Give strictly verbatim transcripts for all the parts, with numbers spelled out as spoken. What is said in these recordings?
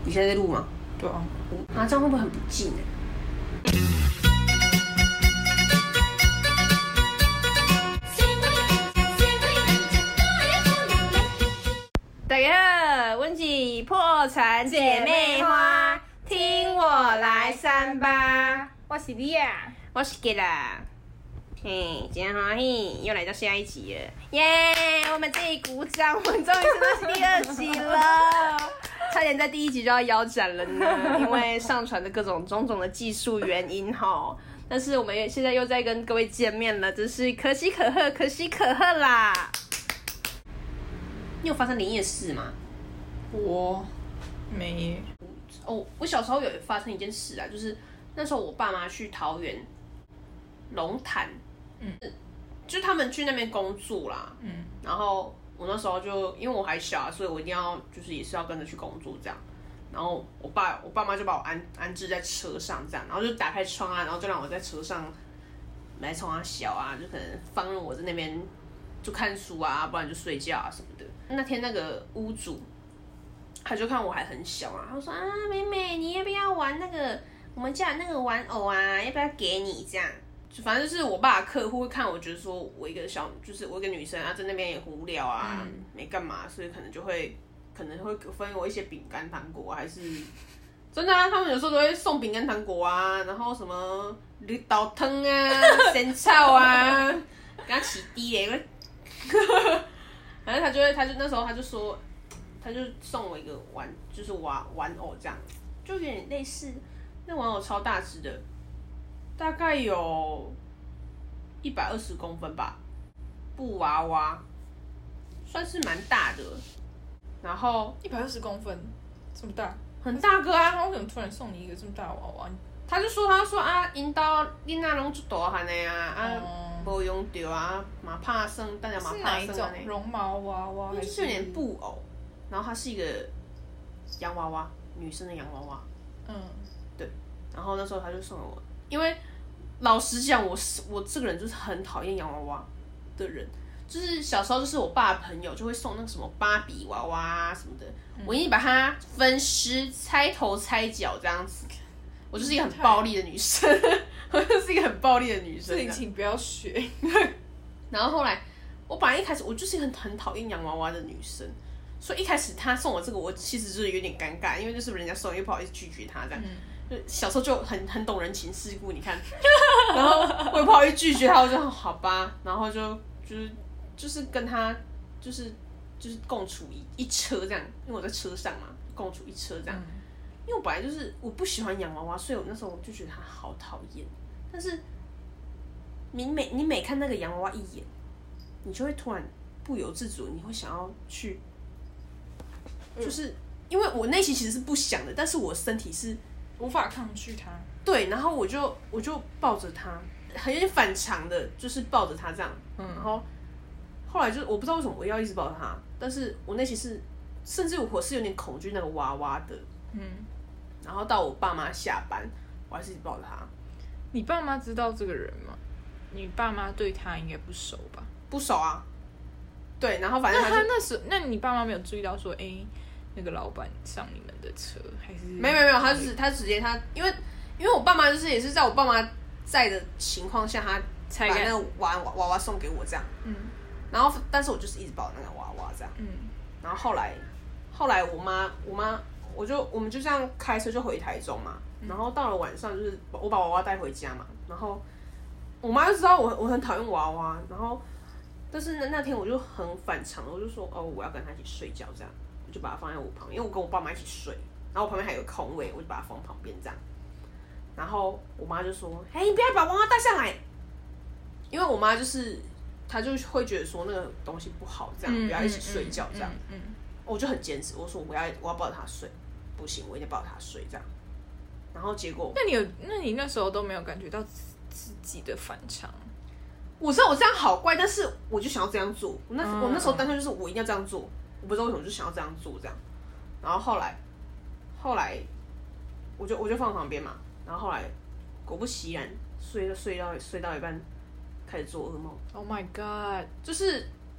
你现在在录吗？ 对啊。 啊，这样会不会很不近哎？大家好，阮是破产姐妹花，听我来三八。 我是莉亚， 我是吉拉。嘿，今天欢喜，又来到下一集了，耶、yeah! 我们这里鼓掌，我们终于是到第二集了，差点在第一集就要腰斩了呢，因为上传的各种种种的技术原因哈。但是我们也现在又在跟各位见面了，真是可喜可贺，可喜可贺啦！你有发生灵异的事吗？ 我没。 哦，我小时候有发生一件事啊，就是那时候我爸妈去桃园龙潭。嗯，就他们去那边工作啦，嗯，然后我那时候就因为我还小、啊，所以我一定要就是也是要跟着去工作这样，然后我爸我爸妈就把我安安置在车上这样，然后就打开窗啊，然后就让我在车上来冲啊小啊，就可能放任我在那边就看书啊，不然就睡觉啊什么的。那天那个屋主他就看我还很小啊，他说啊妹妹你要不要玩那个我们家的那个玩偶啊，要不要给你这样。反正就是我爸的客户会看我，觉得说我一个小，就是我一个女生啊，在那边也无聊啊，嗯、没干嘛，所以可能就会可能会分我一些饼干糖果、啊，还是真的啊，他们有时候都会送饼干糖果啊，然后什么绿豆汤啊、仙草啊，给他起低嘞，反正他就会，他就那时候他就说，他就送我一个玩，就是玩玩偶这样，就有点类似，那玩偶超大只的。大概有一百二十公分吧，布娃娃，算是蛮大的。然后一百二十公分，这么大， 很大个啊！ 他为什么突然送你一个这么大的娃娃？ 他就说，他说啊，因到你那拢就大汉的啊，啊，无、嗯、用到啊，嘛怕生，大家嘛怕生啊。 绒毛娃娃还是？ 就是有点布偶，然后它是一个洋娃娃，女生的洋娃娃。嗯，对。然后那时候他就送了我。因为老实讲，我是我这个人就是很讨厌洋娃娃的人，就是小时候就是我爸的朋友就会送那个什么芭比娃娃啊什么的，嗯、我已经把它分尸、拆头拆脚这样子，我就是一个很暴力的女生，我就是一个很暴力的女生。 这请不要学。 然后后来，我本来一开始我就是一个很很讨厌洋娃娃的女生，所以一开始他送我这个，我其实就是有点尴尬，因为就是人家送，又不好意思拒绝他这样。嗯就小时候就很很懂人情世故，你看，然后我也不好意思拒绝他，我就好吧，然后就就是就是跟他就是就是共处一一车这样，因为我在车上嘛，共处一车这样。嗯、因为我本来就是我不喜欢洋娃娃，所以我那时候我就觉得他好讨厌。但是你每你每看那个洋娃娃一眼，你就会突然不由自主，你会想要去，就是、嗯、因为我内心其实是不想的，但是我身体是。 无法抗拒它， 对，然后我就我就抱着它，很有点反常的，就是抱着它这样，嗯，然后后来就我不知道为什么我要一直抱着它，但是我内心是，甚至我是有点恐惧那个娃娃的，嗯，然后到我爸妈下班，我还是一直抱着它。 你爸妈知道这个人吗？你爸妈对他应该不熟吧？ 不熟啊，对，然后反正他那他那时，那你爸妈没有注意到说，哎、欸？那个老板上你们的车还是？ 没有没有没有，他就是他直接他，因为因为我爸妈就是也是在我爸妈在的情况下，他才把那个娃娃娃送给我这样。嗯。然后，但是我就是一直抱那个娃娃这样。嗯。然后后来，后来我妈我妈我就我们就这样开车就回台中嘛。嗯、然后到了晚上，就是我把娃娃带回家嘛。然后我妈就知道我我很讨厌娃娃，然后但是那那天我就很反常，我就说哦我要跟他一起睡觉这样。就把它放在我旁边，因为我跟我爸妈一起睡，然后我旁边还有个空位，我就把它放旁边这样。然后我妈就说：“哎、欸，你不要把娃娃带上来，因为我妈就是她就会觉得说那个东西不好，这样、嗯、不要一起睡觉这样。嗯”嗯嗯、我就很坚持，我说我要我要抱着她睡，不行，我一定要抱着她睡这样。然后结果， 那你有那你那时候都没有感觉到自己的反常？ 我知道我这样好怪，但是我就想要这样做。我那、嗯、我那时候单纯就是我一定要这样做。我不知道为什么就想要这样做这样，然后后来，后来，我就我就放旁边嘛，然后后来，果不其然，睡到睡到睡到一半，开始做噩梦。 Oh my god！ 就是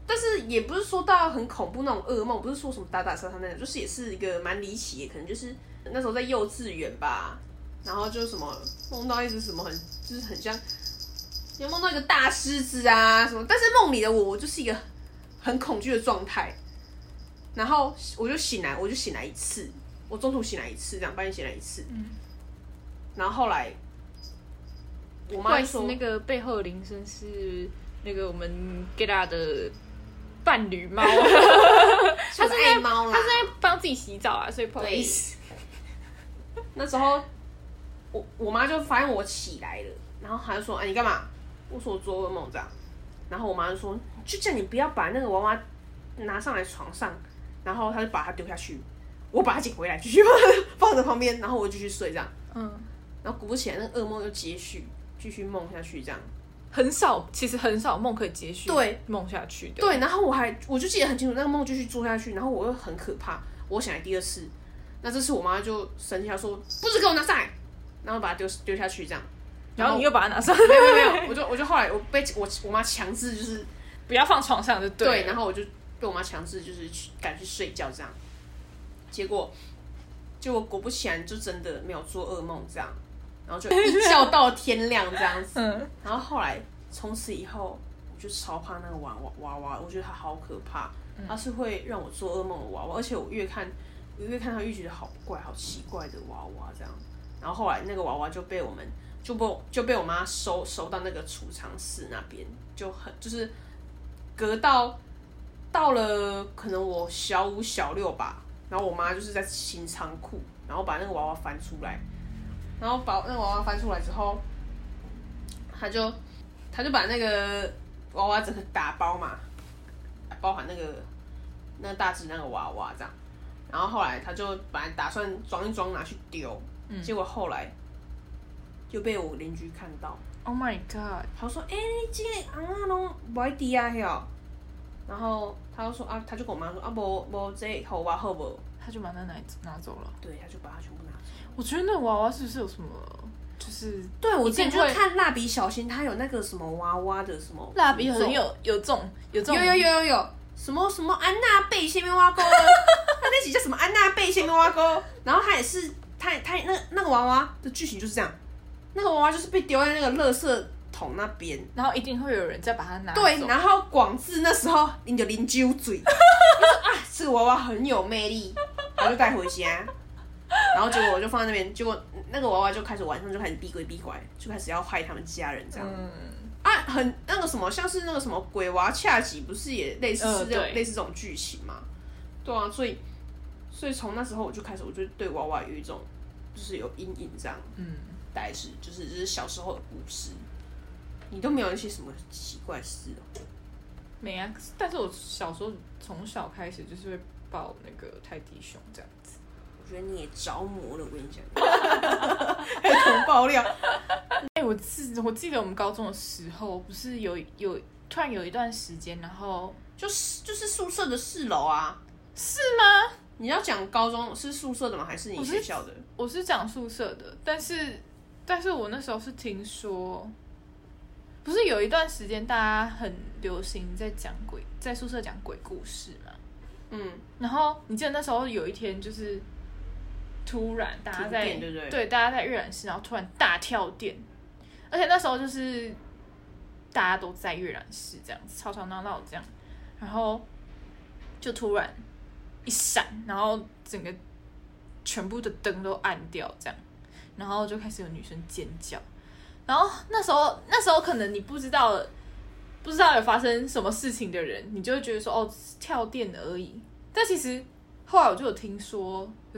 但是也不是说到很恐怖那种噩梦，不是说什么打打杀杀那种，就是也是一个蛮离奇的，可能就是那时候在幼稚园吧，然后就什么梦到一只什么很就是很像，有梦到一个大狮子啊什么，但是梦里的我我就是一个很恐惧的状态，然后我就醒来，我就醒来一次，我中途醒来一次，这样半夜醒来一次，嗯，然后后来我妈说那个背后的铃声是那个我们 Geta 的伴侣猫， 它是爱猫啦， 它是在帮自己洗澡啊，所以不好意思。 那时候我我妈就发现我起来了，然后她就说：“哎、啊，你干嘛？”我说：“我做噩梦这样。”然后我妈就说：“就叫你不要把那个娃娃拿上来床上。”然后她就把它丢下去，我把它捡回来，继续放放在旁边，然后我继续睡这样。嗯。然后果不其然，那个噩梦又接续，继续梦下去这样。 很少，其实很少梦可以接续对梦下去的。 对，然后我还我就记得很清楚，那个梦继续做下去，然后我又很可怕，我醒来第二次，那这次我妈就生气，她说：“不准给我拿上来！”然后把它丢丢下去这样。 然后你又把它拿上来？ 没有没有没有，我就我就后来我被我我妈强制就是不要放床上就对。 对，然后我就被我妈强制就是去赶去睡觉这样。结果结果果不其然，就真的没有做噩梦这样。然后就一觉到天亮这样子，嗯、然后后来从此以后，我就超怕那个娃娃娃娃，我觉得它好可怕，它是会让我做噩梦的娃娃，而且我越看，我越看它越觉得好怪、好奇怪的娃娃这样。然后后来那个娃娃就被我们就被就被我妈收收到那个储藏室那边，就很就是隔到到了可能我小五小六吧，然后我妈就是在清仓库，然后把那个娃娃翻出来。然后把那个娃娃翻出来之后，他就他就把那个娃娃整个打包嘛，包含那个那个大只那个娃娃这样。然后后来他就本来打算装一装拿去丢，嗯、结果后来就被我邻居看到。 Oh my god！ 他说：“哎、欸，你这个翁仔拢不爱滴啊哟。”然后他就说啊，他就跟我妈说啊，无无这给我好不？ 他就把那拿拿走了。 对，他就把它全部拿走。 我觉得那娃娃是不是有什么？就是对我之前就看蜡笔小新，他有那个什么娃娃的什么蜡笔很有有这种有这种有有有有有什么什么安娜贝下面挖沟，他那集叫什么安娜贝下面挖沟，然后他也是他他那那个娃娃的剧情就是这样，那个娃娃就是被丢在那个垃圾桶那边， 然后一定会有人再把它拿走。 对，然后广志那时候你就啉酒醉，就说啊这个娃娃很有魅力，我就带回家。然后结果我就放在那边，结果那个娃娃就开始晚上就开始逼鬼逼拐，就开始要害他们家人这样。嗯、啊，很那个什么，像是那个什么鬼娃恰吉，不是也类似是这种、呃、类似这种剧情嘛？对啊，所以所以从那时候我就开始，我就对娃娃有一种就是有阴影这样。嗯，大概是就是就是小时候的故事。你都没有一些什么奇怪事哦？ 没啊，但是我小时候从小开始就是会抱那个泰迪熊这样子。 我觉得你也着魔了，我跟你讲，还同爆料。 哎、欸，我记我记得我们高中的时候，不是有有突然有一段时间，然后就是就是宿舍的四楼啊， 是吗？ 你要讲高中是宿舍的吗？还是你学校的？ 我是讲宿舍的，但是但是我那时候是听说，不是有一段时间大家很流行在讲鬼，在宿舍讲鬼故事嘛？嗯，然后你记得那时候有一天就是。突然，大家在对对对大家在阅览室，然后突然大跳电，而且那时候就是大家都在阅览室这样子吵吵闹闹这样，然后就突然一闪，然后整个全部的灯都暗掉这样，然后就开始有女生尖叫，然后那时候那时候可能你不知道不知道有发生什么事情的人，你就会觉得说哦跳电而已，但其实后来我就有听说就是。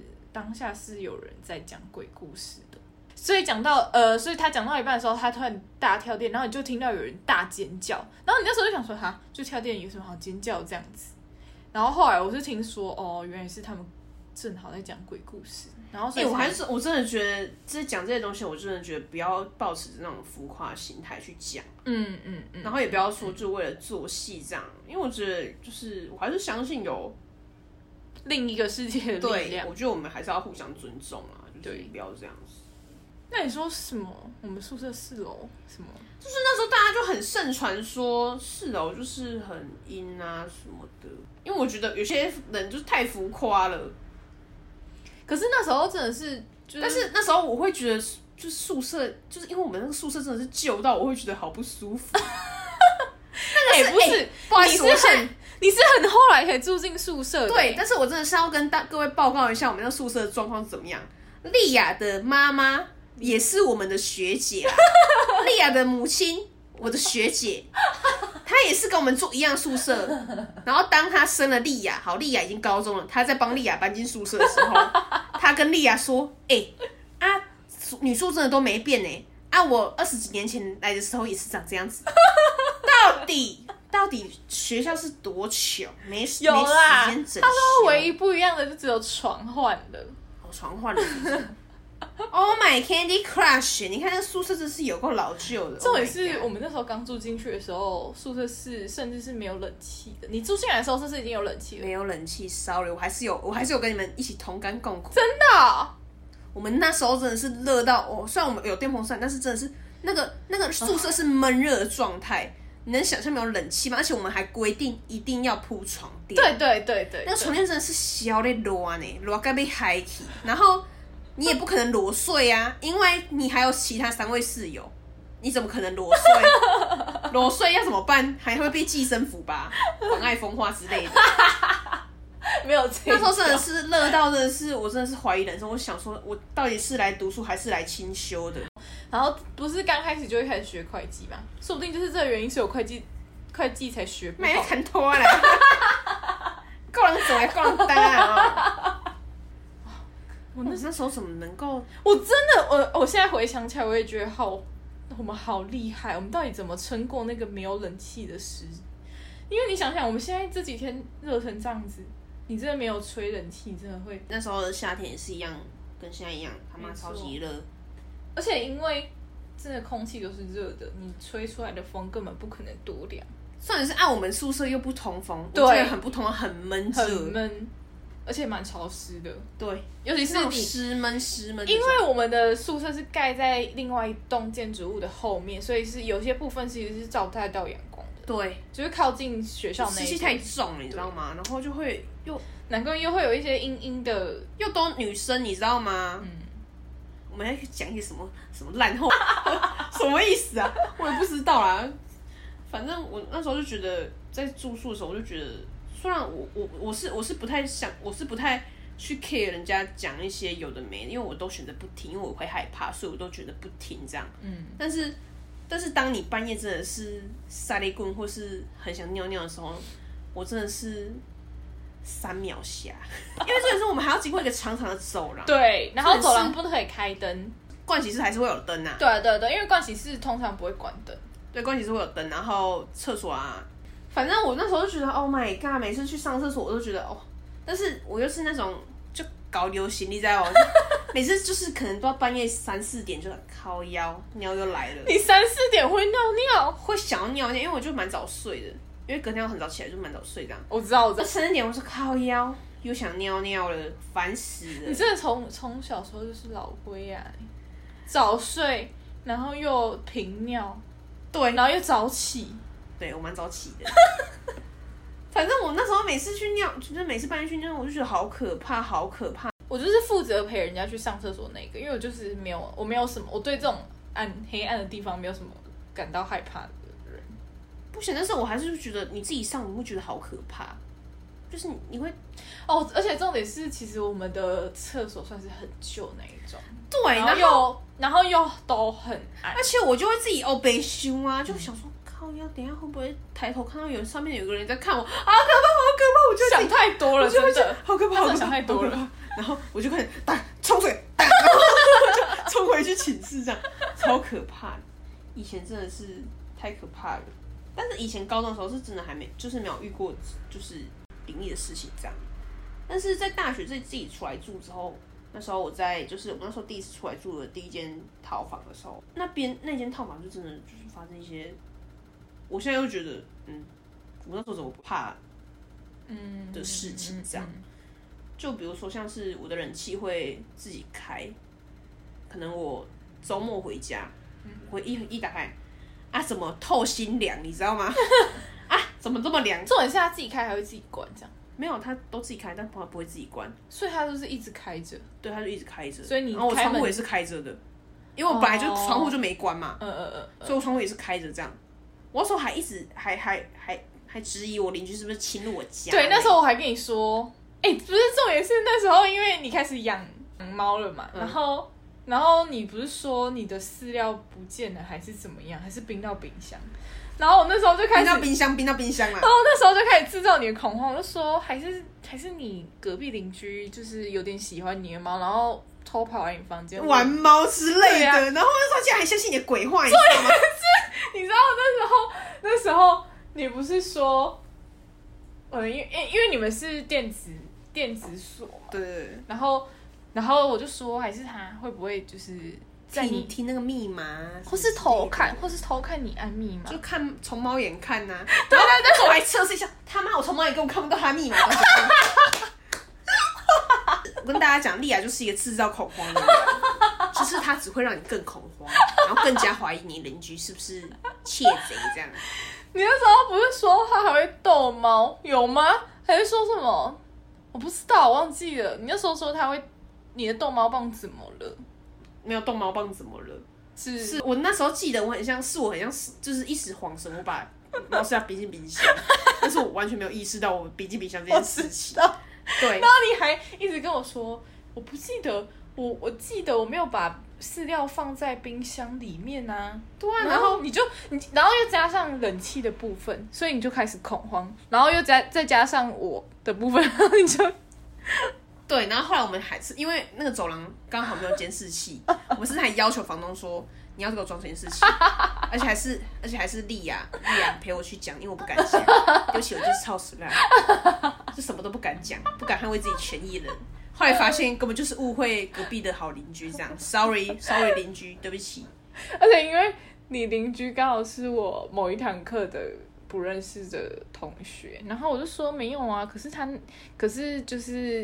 当下是有人在讲鬼故事的，所以讲到呃，所以他讲到一半的时候，他突然大跳电，然后你就听到有人大尖叫，然后你那时候就想说，哈，就跳电有什么好尖叫这样子？然后后来我是听说，哦，原来是他们正好在讲鬼故事，然后所以、 欸、我还是我真的觉得，在讲这些东西，我真的觉得不要抱持着那种浮夸的心态去讲，嗯嗯嗯，然后也不要说就为了做戏这样，因为我觉得就是我还是相信有。 另一个世界的力量， 对，我觉得我们还是要互相尊重啊，就是不要这样子。 那你说什么？我们宿舍四楼什么？ 就是那时候大家就很盛传说四楼就是很阴啊什么的，因为我觉得有些人就是太浮夸了。 可是那时候真的是，就是、 但是那时候我会觉得，就是宿舍，就是因为我们那个宿舍真的是旧到我会觉得好不舒服。那个是、欸、不是、欸，不好意思， 你是很你是很后来才住进宿舍的、欸。 对，但是我真的是要跟大各位报告一下我们那个宿舍的状况是怎么样。莉亚的妈妈也是我们的学姐、啊，莉亚的母亲，我的学姐，她也是跟我们住一样宿舍。然后当她生了莉亚，好，莉亚已经高中了，她在帮莉亚搬进宿舍的时候，她跟莉亚说：“哎、欸、啊，女宿真的都没变呢、欸，啊，我二十几年前来的时候也是长这样子。到底到底学校是多穷，没有啦没时间整修。 他说唯一不一样的就只有床换了。” 床换了是不是？Oh my Candy Crush！ 你看那宿舍真是有够老旧的。 重点是我们那时候刚住进去的时候，宿舍是甚至是没有冷气的。你住进来的时候，是不是已经有冷气了？ 没有冷气，sorry，我还是有，我还是有跟你们一起同甘共苦。 真的、哦？ 我们那时候真的是热到哦，虽然我们有电风扇，但是真的是那个那个宿舍是闷热的状态。你能想象没有冷气吗？而且我们还规定一定要铺床垫。 对对对 对, 对， 那个床垫真的是小的热呢，热到被嗨起。然后你也不可能裸睡啊，因为你还有其他三位室友，你怎么可能裸睡？裸睡要怎么办？还会被寄生腐吧，妨碍风化之类的。 没有这样， 那时候真的是热到真的是，我真的是怀疑人生。我想说，我到底是来读书还是来清修的？ 然后不是刚开始就会开始学会计嘛？说不定就是这个原因，是有会计会计才学不好。 没看拖啦，够人走，够人单啊！我那那时候怎么能够？ 我真的，我我现在回想起来，我也觉得好，我们好厉害。我们到底怎么撑过那个没有冷气的时？因为你想想，我们现在这几天热成这样子，你真的没有吹冷气，真的会。 那时候的夏天也是一样，跟现在一样，他妈超级热。 而且因为真的空气都是热的，你吹出来的风根本不可能多凉。 重点是按我们宿舍又不通风，对，我觉得很不通，很闷热， 很闷，而且蛮潮湿的。 对， 尤其是你湿闷湿闷。 因为我们的宿舍是盖在另外一栋建筑物的后面，所以是有些部分其实是照不太到阳光的。 对， 就是靠近学校那一。湿气太重了，你知道吗？然后就会又难怪又会有一些阴阴的， 又都女生，你知道吗？嗯。我们要讲一些什么什么烂话，什么意思啊？我也不知道啦。反正我那时候就觉得，在住宿的时候，我就觉得，虽然我我我是我是不太想，我是不太去 care 人家讲一些有的没的，因为我都选择不听，因为我会害怕，所以我都觉得不听这样。嗯。但是但是当你半夜真的是塞雷棍或是很想尿尿的时候，我真的是。三秒下，因为这个是我们还要经过一个长长的走廊， 对，然后走廊不可以开灯， 盥洗室还是会有灯啊。 对对对，因为盥洗室通常不会关灯， 对，盥洗室会有灯，然后厕所啊，反正我那时候就觉得 ，Oh my god， 每次去上厕所我都觉得哦，但是我又是那种就搞流行，你知道吗？每次就是可能到半夜三四点就靠腰，尿又来了。 你三四点会尿尿？ 会想要尿尿，因为我就蛮早睡的。因为隔天要很早起来，就蛮早睡这样。 我知道，我知道。 三点我说靠腰，又想尿尿了，烦死了。 你真的从从小时候就是老龟啊，早睡，然后又频尿， 对， 然后又早起。 对，我蛮早起的。反正我那时候每次去尿，就是每次半夜去尿，我就觉得好可怕，好可怕。 我就是负责陪人家去上厕所那个，因为我就是没有，我没有什么，我对这种暗黑暗的地方没有什么感到害怕的。 不行，但是我还是觉得你自己上，你会觉得好可怕，就是你你会哦，而且重点是，其实我们的厕所算是很旧那一种， 对， 然后又然后又都很暗， 而且我就会自己哦背胸啊，就想说、嗯、靠腰，等一下会不会抬头看到有上面有个人在看我，好可怕，好可怕，我就想太多了，真的， 好可怕，好可怕， 想太多了， 然后我就开始打冲水，打，然后就冲回去寝室，这样超可怕的，以前真的是太可怕了。但是以前高中的时候是真的还没，就是没有遇过就是灵异的事情这样。但是在大学自己自己出来住之后，那时候我在就是我那时候第一次出来住的第一间套房的时候，那边那间套房就真的就是发生一些，我现在又觉得嗯，我那时候怎么不怕嗯的事情这样。就比如说像是我的冷气会自己开，可能我周末回家，我一一打开，啊，怎么透心凉，你知道吗？啊，怎么这么凉？ 重点是他自己开还会自己关这样？ 没有，他都自己开，但他不会自己关， 所以他就是一直开着。 对，他就一直开着。 所以你然后我窗户也是开着的，因为我本来就窗户就没关嘛， 嗯嗯嗯， 所以我窗户也是开着这样。我那时候还一直还还还还质疑我邻居是不是侵入我家。 对，那时候我还跟你说，哎、欸，不是重点是那时候，因为你开始养猫了嘛，嗯、然后然后你不是说你的饲料不见了，还是怎么样，还是冰到冰箱？然后我那时候就开始冰到冰箱，冰到冰箱了。 然后那时候就开始制造你的恐慌，我就说还是还是你隔壁邻居就是有点喜欢你的猫，然后偷跑来你房间玩猫之类的。啊、然后那时候竟然还相信你的鬼话，你知道吗？ 你知道那时候那时候你不是说，呃，因为因为你们是电子电子锁嘛， 对对对， 然后然后我就说还是他会不会就是在你听那个密码， 或是偷看，或是偷看你按密码， 就看从猫眼看呐、啊。对对对，我还测试一下，他妈我从猫眼根本看不到他密码。我跟大家讲，莉亚就是一个制造恐慌的人，就是他只会让你更恐慌，然后更加怀疑你邻居是不是窃贼这样。 你那时候不是说他还会逗猫，有吗？还是说什么？我不知道，我忘记了。你那时候说他会，你的逗猫棒怎么了？ 没有逗猫棒怎么了？ 是是我那时候记得我很像是我很像是就是一时恍神，我把猫是要冰进冰箱，但是我完全没有意识到我冰进冰箱这件事情。对， 然后你还一直跟我说，我不记得，我我记得我没有把饲料放在冰箱里面啊。 对啊， 然后你就你，然后又加上冷气的部分，所以你就开始恐慌，然后又加再加上我的部分，然后你就。 对，然后后来我们还是因为那个走廊刚好没有监视器，我们甚至还要求房东说你要给我装监视器，而且还是而且还是莉亚莉亚陪我去讲，因为我不敢讲，对不起，我就是超死烂，就什么都不敢讲，不敢捍卫自己权益的人。后来发现根本就是误会隔壁的好邻居，这样 ，sorry sorry 邻居，对不起。 而且因为你邻居刚好是我某一堂课的不认识的同学，然后我就说没有啊，可是他可是就是。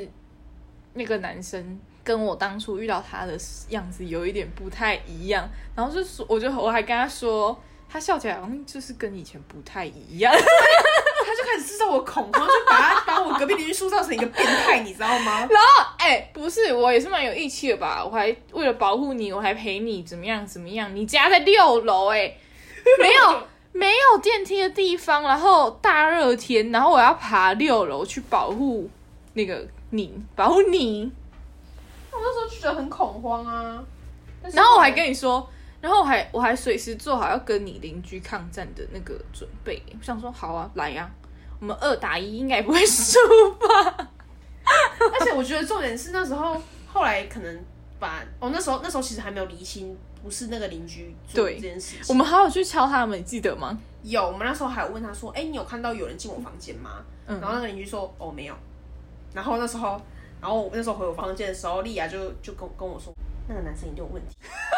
那个男生跟我当初遇到他的样子有一点不太一样，然后就说，我就我还跟他说，他笑起来好像就是跟以前不太一样， 他就开始制造我恐慌，就把他把我隔壁邻居塑造成一个变态，你知道吗？ 然后哎、欸，不是，我也是蛮有义气的吧？我还为了保护你，我还陪你怎么样怎么样？你家在六楼哎、欸，没有没有电梯的地方，然后大热天，然后我要爬六楼去保护那个。你保护你， 我那时候就觉得很恐慌啊。 然后我还跟你说，然后我还我还随时做好要跟你邻居抗战的那个准备。我想说，好啊，来啊，我们二打一应该不会输吧？ 而且我觉得重点是那时候，后来可能把哦，那时候那时候其实还没有厘清，不是那个邻居做这件事情。 我们还有去敲他们，你记得吗？ 有，我们那时候还有问他说：“哎、欸，你有看到有人进我房间吗？”嗯、然后那个邻居说：“哦，没有。”然后那时候，然后我那时候回我房间的时候，莉亚就就跟跟我说，那个男生一定有问题，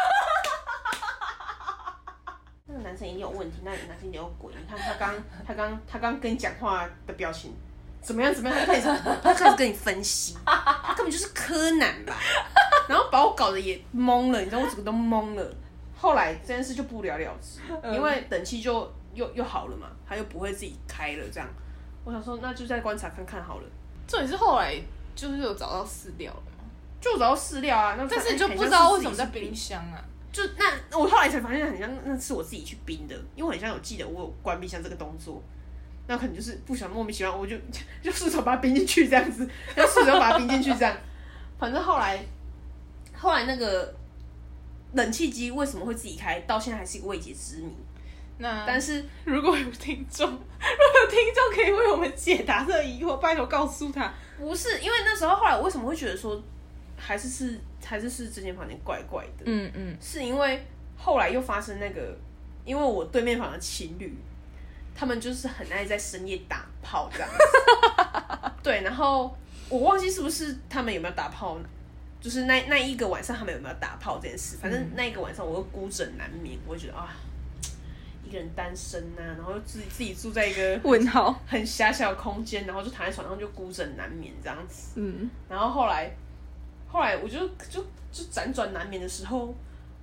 那个男生一定有问题，那个男生一定有鬼。你看他刚他刚他刚跟你讲话的表情怎么样怎么样，他开始他开始跟你分析，他根本就是柯南吧，然后把我搞得也懵了，你知道我整个都懵了。后来这件事就不了了之，因为冷气就又又好了嘛，他又不会自己开了这样。我想说，那就再观察看看好了。 重点是后来就是有找到饲料了嘛， 就找到饲料啊，那但是就不知道为什么在冰箱啊。 就那我后来才发现，很像那是我自己去冰的，因为我很像有记得我有关冰箱这个动作，那可能就是不想莫名其妙，我就就顺手把它冰进去这样子，然后顺手把它冰进去这样。反正后来后来那个冷气机为什么会自己开，到现在还是一个未解之谜。 那但是如果有听众，如果有听众可以为我们解答这个疑惑，拜托告诉他。 不是，因为那时候后来我为什么会觉得说，还是是还是是这间房间怪怪的。 嗯嗯， 是因为后来又发生那个，因为我对面房的情侣，他们就是很爱在深夜打炮这样子。对，然后我忘记是不是他们有没有打炮，就是那那一个晚上他们有没有打炮这件事。反正那一个晚上我又孤枕难眠，我会觉得啊。一个人单身呐、啊，然后自己自己住在一个问号很狭小的空间，然后就躺在床上就孤枕难眠这样子。 嗯， 然后后来，后来我就就就辗转难眠的时候，我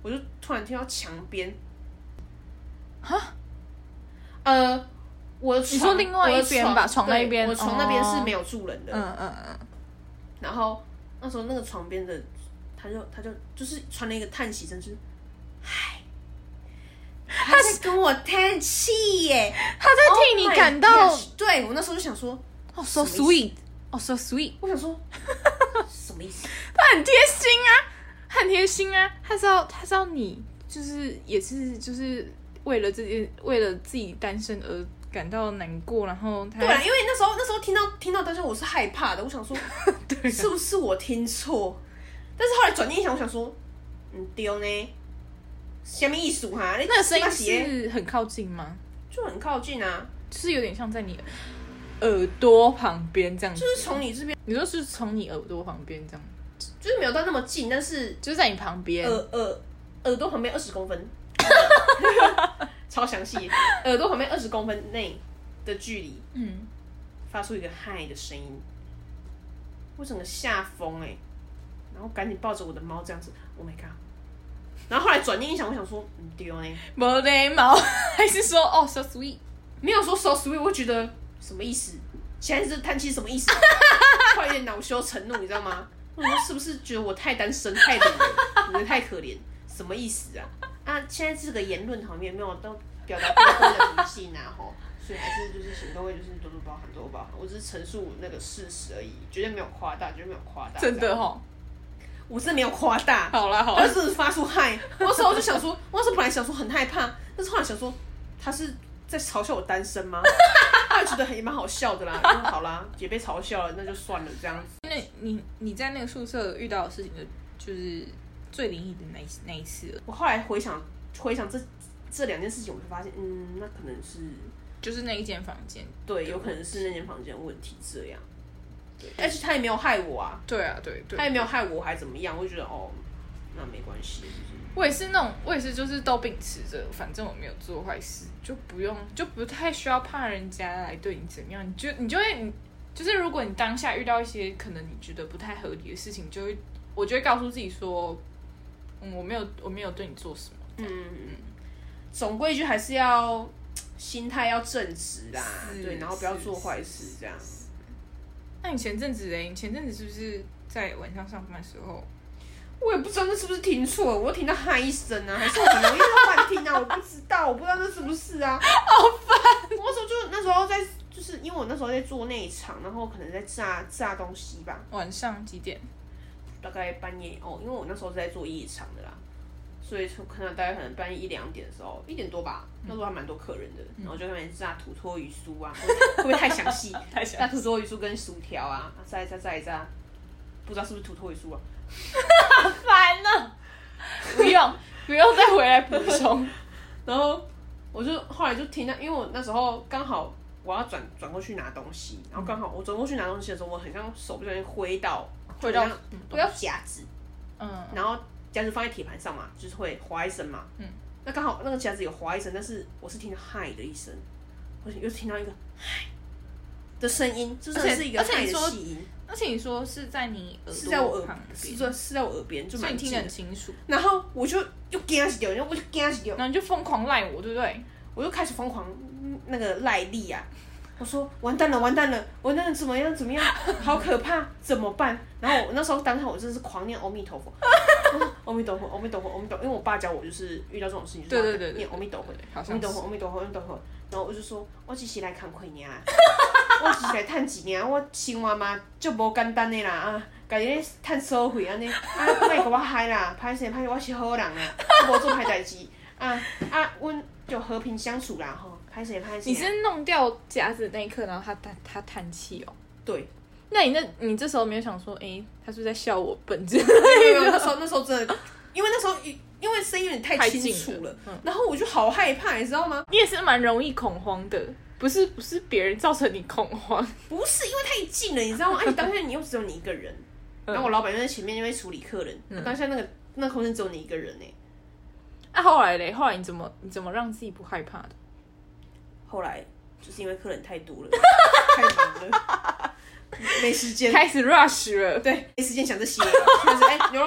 我就突然听到墙边， 哈， 呃，我的床你说另外一边吧，床那边， 我床那边是没有住人的， 嗯嗯嗯， 然后那时候那个床边的，他就他就就是传了一个叹息声，就是嗨。他在跟我叹气耶， 他在替你感到。 Oh、对我那时候就想说， 哦、oh, ，so sweet， 哦、oh, ，so sweet。 我想说，什么意思？ 他很贴心啊，他很贴心啊，他知道他知道你就是也是就是为了这件为了自己单身而感到难过，然后他对啊，因为那时候那时候听到听到单身我是害怕的，我想说，对、啊，是不是我听错？但是后来转念一想，我想说，嗯，对呢。什么意思哈？ 那个声音是很靠近吗？ 就很靠近啊， 就是有点像在你耳朵旁边这样子。 就是从你这边， 你说是从你耳朵旁边这样， 就是没有到那么近，但是就是在你旁边， 耳耳耳朵旁边二十公分，超详细，耳朵旁边二十公分内的距离，嗯，发出一个嗨的声音，我整个吓疯哎，然后赶紧抱着我的猫这样子 ，Oh my god！然后后来转念一想，我想说，嗯，对呢， 没礼貌，还是说哦 so sweet， 没有说 so sweet， 我觉得什么意思？现在是叹气什么意思？快有点恼羞成怒，你知道吗？我说是不是觉得我太单身太冷了，觉得太可怜？什么意思啊？啊，现在这个言论好像也没有都表达过多的理性啊，吼，所以还是就是请各位就是多多包涵，多多包涵。我只是陈述那个事实而已，绝对没有夸大，绝对没有夸大。 真的吼。 我真的没有夸大， 好啦好啦， 他是发出嗨，我那时候就想说，我那时候本来想说很害怕，但是后来想说，他是在嘲笑我单身吗？他觉得也蛮好笑的啦，嗯、好啦，也被嘲笑了，那就算了这样子。 那你你在那个宿舍遇到的事情，就是最灵异的那一那一次了。 我后来回想回想这这两件事情，我就发现，嗯，那可能是就是那一间房间， 对，有可能是那间房间的问题这样。对，而且他也没有害我啊。 对啊，对对， 他也没有害我，还怎么样？我就觉得哦，那没关系。就是我也是那种，我也是就是都秉持着，反正我没有做坏事，就不用，就不太需要怕人家来对你怎么样。你就你就会，就是如果你当下遇到一些可能你觉得不太合理的事情，就会我就会告诉自己说，嗯，我没有我没有对你做什么。嗯嗯， 总归就还是要心态要正直啦，对，然后不要做坏事这样。 那你前阵子嘞？你前阵子是不是在晚上上班的时候？ 我也不知道那是不是听错了，我听到嗨一声啊，还是我可能因为幻听啊？我不知道，我不知道那是不是啊。 好烦！ 我那时候就那时候在，就是因为我那时候在做内场，然后可能在炸炸东西吧。 晚上几点？ 大概半夜哦，因为我那时候是在做夜场的啦，所以可能大概可能半夜一两点的时候，一点多吧，那时候还蛮多客人的，然后就在那边炸土托鱼酥啊，会不会太详细？ 太详细。 炸土托鱼酥跟薯条啊，炸一炸炸一炸，不知道是不是土托鱼酥啊？ 好烦啊！不用不用再回来补充。 然后我就后来就听到，因为我那时候刚好我要转转过去拿东西，然后刚好我转过去拿东西的时候，我很像手不小心挥到挥到挥到夹子，嗯，然后夹子放在铁盘上嘛，就是会划一声嘛，嗯，那刚好那个夹子有划一声，但是我是听到嗨的一声，我又听到一个嗨的声音，就真的是一个嗨的气音。 而且你说是在你耳朵是在我耳旁边，是在是在我耳边，就蛮近的， 所以你听得很清楚。 然后我就又惊死掉，然后我就惊死掉， 然后你就疯狂赖我，对不对？ 我就开始疯狂那个赖力啊！我说完蛋了，完蛋了，完蛋了，怎么样怎么样？好可怕，怎么办？然后我那时候当场我真的是狂念阿弥陀佛，阿弥陀佛，阿弥陀佛，阿弥陀佛，因为我爸教我就是遇到这种事情，就是念阿弥陀佛，阿弥陀佛，阿弥陀佛，阿弥陀佛。然后我就说，我只是来工课尔，我只是来趁钱尔，我生活嘛就无简单的啦啊，家己咧趁所费安尼，啊，莫甲我害啦，歹势歹势，我是好人啦，我无做歹代志，啊啊，阮就和平相处啦吼，歹势歹势。 你是弄掉夹子那一刻，然后他他他叹气哦。 对。 那你那，你这时候没有想说，哎、欸，他是不是在笑我笨之类的？ 没有，那时候那时候真的，因为那时候因为声音有点太清楚了，了嗯、然后我就好害怕，你知道吗？ 你也是蛮容易恐慌的，不是不是别人造成你恐慌， 不是因为太近了，你知道吗？而且当下你又只有你一个人，嗯、然后我老板又在前面因为处理客人，嗯、当下那个那空间只有你一个人呢。 啊，后来嘞，后来你怎么你怎么让自己不害怕的？ 后来就是因为客人太多了，太忙了。没时间， 开始 rush 了， 对，没时间想这些了。就是哎、欸，牛肉面，哎、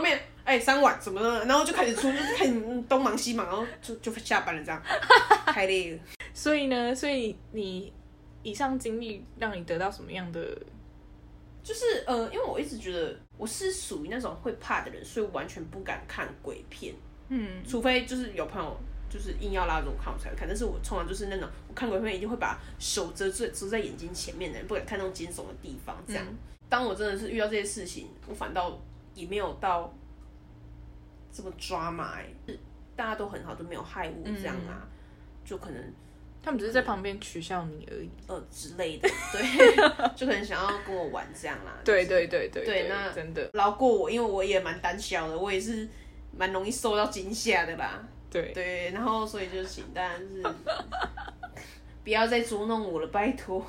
哎、欸，三碗什么的，然后就开始出，就是开始东忙西忙，然后就就下班了，这样太累了。 所以呢，所以你以上经历让你得到什么样的？ 就是呃，因为我一直觉得我是属于那种会怕的人，所以我完全不敢看鬼片。嗯，除非就是有朋友就是硬要拉着我看，我才会看。但是我通常就是那种我看鬼片一定会把手遮住遮在眼睛前面的人，不敢看那种惊悚的地方。这样，嗯、当我真的是遇到这些事情，我反倒也没有到这么抓马、欸，大家都很好，都没有害我这样啊，嗯、就可能。 他们只是在旁边取笑你而已， 呃之类的，对，就可能想要跟我玩这样啦。 对对对对对，那真的饶过我，因为我也蛮胆小的，我也是蛮容易受到惊吓的啦。 对对，然后所以就请大家就是不要再捉弄我了，拜托。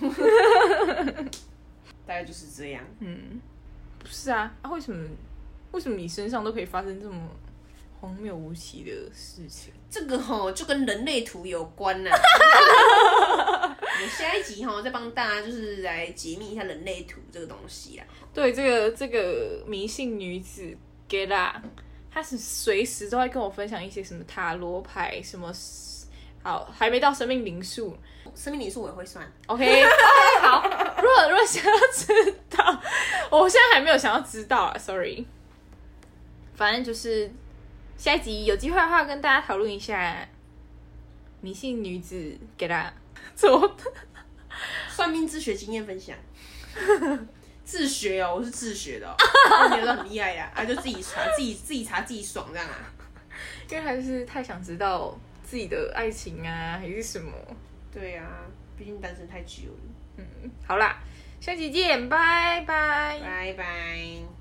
大概就是这样。 嗯，不是啊，啊为什么为什么你身上都可以发生这么荒谬无奇的事情？ 这个吼就跟人类图有关呐、啊。我们下一集吼再帮大家就是来解密一下人类图这个东西啦。 对，这个这个迷信女子 Gela， 她是随时都在跟我分享一些什么塔罗牌，什么好还没到生命灵数， 生命灵数我也会算。 OK， 好，如果如果想要知道，我现在还没有想要知道啊 ，Sorry。反正就是。下一集有机会的话，跟大家讨论一下迷信女子给她做算命自学经验分享。自学哦，我是自学的、哦，没有到很厉害呀，啊，就自己查，自己自己查自己爽这样啊。 因为还是太想知道自己的爱情啊，还是什么？ 对啊，毕竟单身太久了。 嗯，好啦，下期见，拜拜， 拜拜。